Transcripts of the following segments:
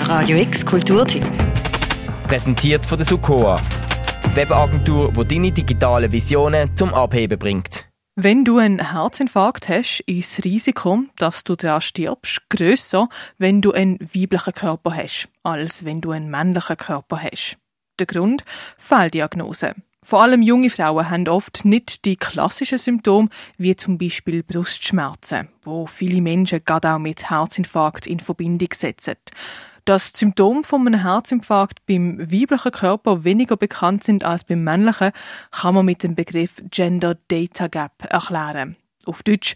Radio X Kulturtipp. Präsentiert von der Sukoa, die Webagentur, die deine digitalen Visionen zum Abheben bringt. Wenn du einen Herzinfarkt hast, ist das Risiko, dass du daran stirbst, grösser, wenn du einen weiblichen Körper hast, als wenn du einen männlichen Körper hast. Der Grund? Fehldiagnose. Vor allem junge Frauen haben oft nicht die klassischen Symptome, wie zum Beispiel Brustschmerzen, wo viele Menschen gerade auch mit Herzinfarkt in Verbindung setzen. Dass die Symptome von einem Herzinfarkt beim weiblichen Körper weniger bekannt sind als beim männlichen, kann man mit dem Begriff Gender Data Gap erklären. Auf Deutsch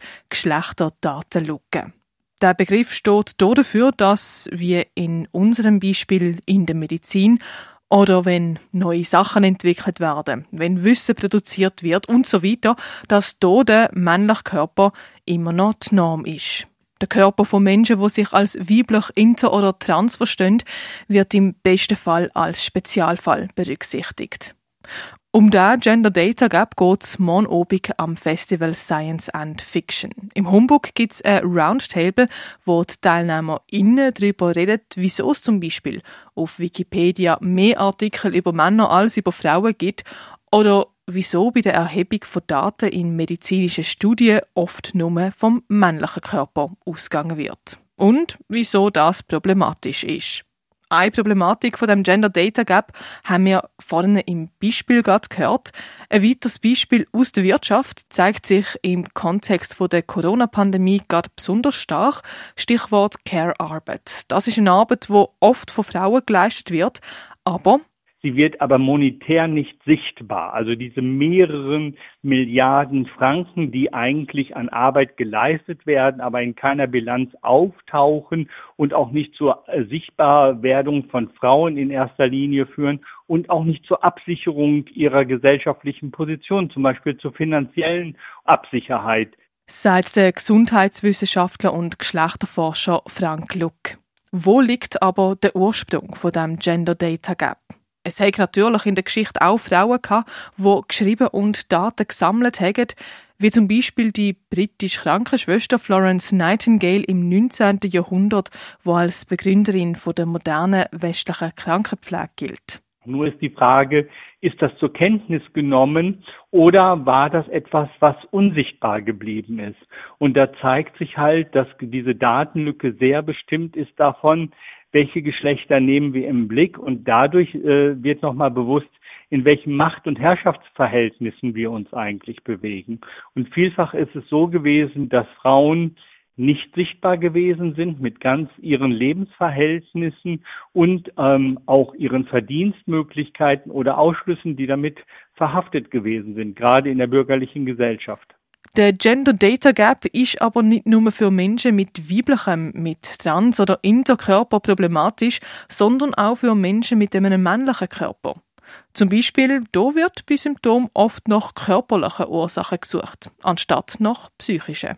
Geschlechterdatenlücke. Der Begriff steht dafür, dass, wie in unserem Beispiel in der Medizin, oder wenn neue Sachen entwickelt werden, wenn Wissen produziert wird und so weiter, dass hier der männliche Körper immer noch die Norm ist. Der Körper von Menschen, die sich als weiblich, inter oder trans verstehen, wird im besten Fall als Spezialfall berücksichtigt. Um den Gender Data Gap geht es morgen Abend am Festival Science and Fiction. Im Humbug gibt es ein Roundtable, wo die TeilnehmerInnen darüber reden, wieso es zum Beispiel auf Wikipedia mehr Artikel über Männer als über Frauen gibt oder wieso bei der Erhebung von Daten in medizinischen Studien oft nur vom männlichen Körper ausgegangen wird. Und wieso das problematisch ist. Eine Problematik von dem Gender Data Gap haben wir vorhin im Beispiel gerade gehört. Ein weiteres Beispiel aus der Wirtschaft zeigt sich im Kontext von der Corona-Pandemie gerade besonders stark. Stichwort Care-Arbeit. Das ist eine Arbeit, die oft von Frauen geleistet wird, aber sie wird aber monetär nicht sichtbar. Also diese mehreren Milliarden Franken, die eigentlich an Arbeit geleistet werden, aber in keiner Bilanz auftauchen und auch nicht zur Sichtbarwerdung von Frauen in erster Linie führen und auch nicht zur Absicherung ihrer gesellschaftlichen Position, zum Beispiel zur finanziellen Absicherheit. Sagt der Gesundheitswissenschaftler und Geschlechterforscher Frank Luck. Wo liegt aber der Ursprung von dem Gender Data Gap? Es hat natürlich in der Geschichte auch Frauen gehabt, die geschrieben und Daten gesammelt haben, wie zum Beispiel die britische Krankenschwester Florence Nightingale im 19. Jahrhundert, die als Begründerin der modernen westlichen Krankenpflege gilt. Nur ist die Frage, ist das zur Kenntnis genommen oder war das etwas, was unsichtbar geblieben ist? Und da zeigt sich halt, dass diese Datenlücke sehr bestimmt ist davon, welche Geschlechter nehmen wir im Blick, und dadurch wird nochmal bewusst, in welchen Macht- und Herrschaftsverhältnissen wir uns eigentlich bewegen. Und vielfach ist es so gewesen, dass Frauen nicht sichtbar gewesen sind mit ganz ihren Lebensverhältnissen und auch ihren Verdienstmöglichkeiten oder Ausschlüssen, die damit verhaftet gewesen sind, gerade in der bürgerlichen Gesellschaft. Der Gender Data Gap ist aber nicht nur für Menschen mit weiblichem, mit Trans- oder Interkörper problematisch, sondern auch für Menschen mit einem männlichen Körper. Zum Beispiel, da wird bei Symptomen oft nach körperlichen Ursachen gesucht, anstatt nach psychischen.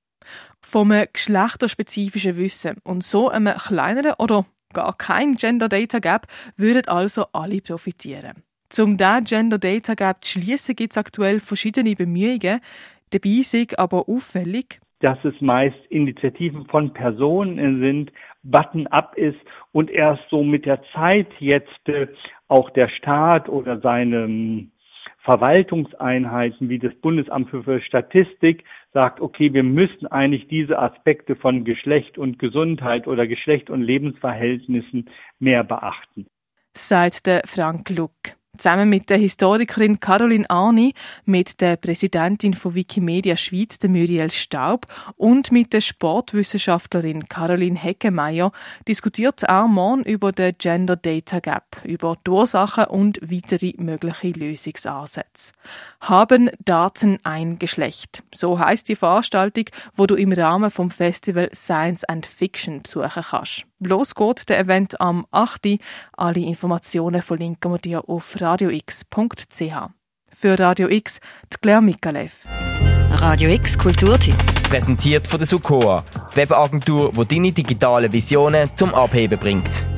Vom geschlechterspezifischen Wissen und so einem kleineren oder gar kein Gender Data Gap würden also alle profitieren. Um diesen Gender Data Gap zu schliessen, gibt es aktuell verschiedene Bemühungen. Dabei ist aber auffällig, dass es meist Initiativen von Personen sind, button-up ist und erst so mit der Zeit jetzt auch der Staat oder seine Verwaltungseinheiten wie das Bundesamt für Statistik sagt, okay, wir müssen eigentlich diese Aspekte von Geschlecht und Gesundheit oder Geschlecht und Lebensverhältnissen mehr beachten. Sagt der Frank Luck. Zusammen mit der Historikerin Caroline Arni, mit der Präsidentin von Wikimedia Schweiz, der Muriel Staub, und mit der Sportwissenschaftlerin Caroline Heckemeyer diskutiert auch morgen über den Gender Data Gap, über die Ursachen und weitere mögliche Lösungsansätze. Haben Daten ein Geschlecht? So heisst die Veranstaltung, wo du im Rahmen vom Festival Science and Fiction besuchen kannst. Los geht der Event am 8. Alle Informationen verlinken wir dir auf radiox.ch. Für Radio X, die Claire Mikalev. Radio X Kulturtipp. Präsentiert von der Sukoa, die Webagentur, die deine digitalen Visionen zum Abheben bringt.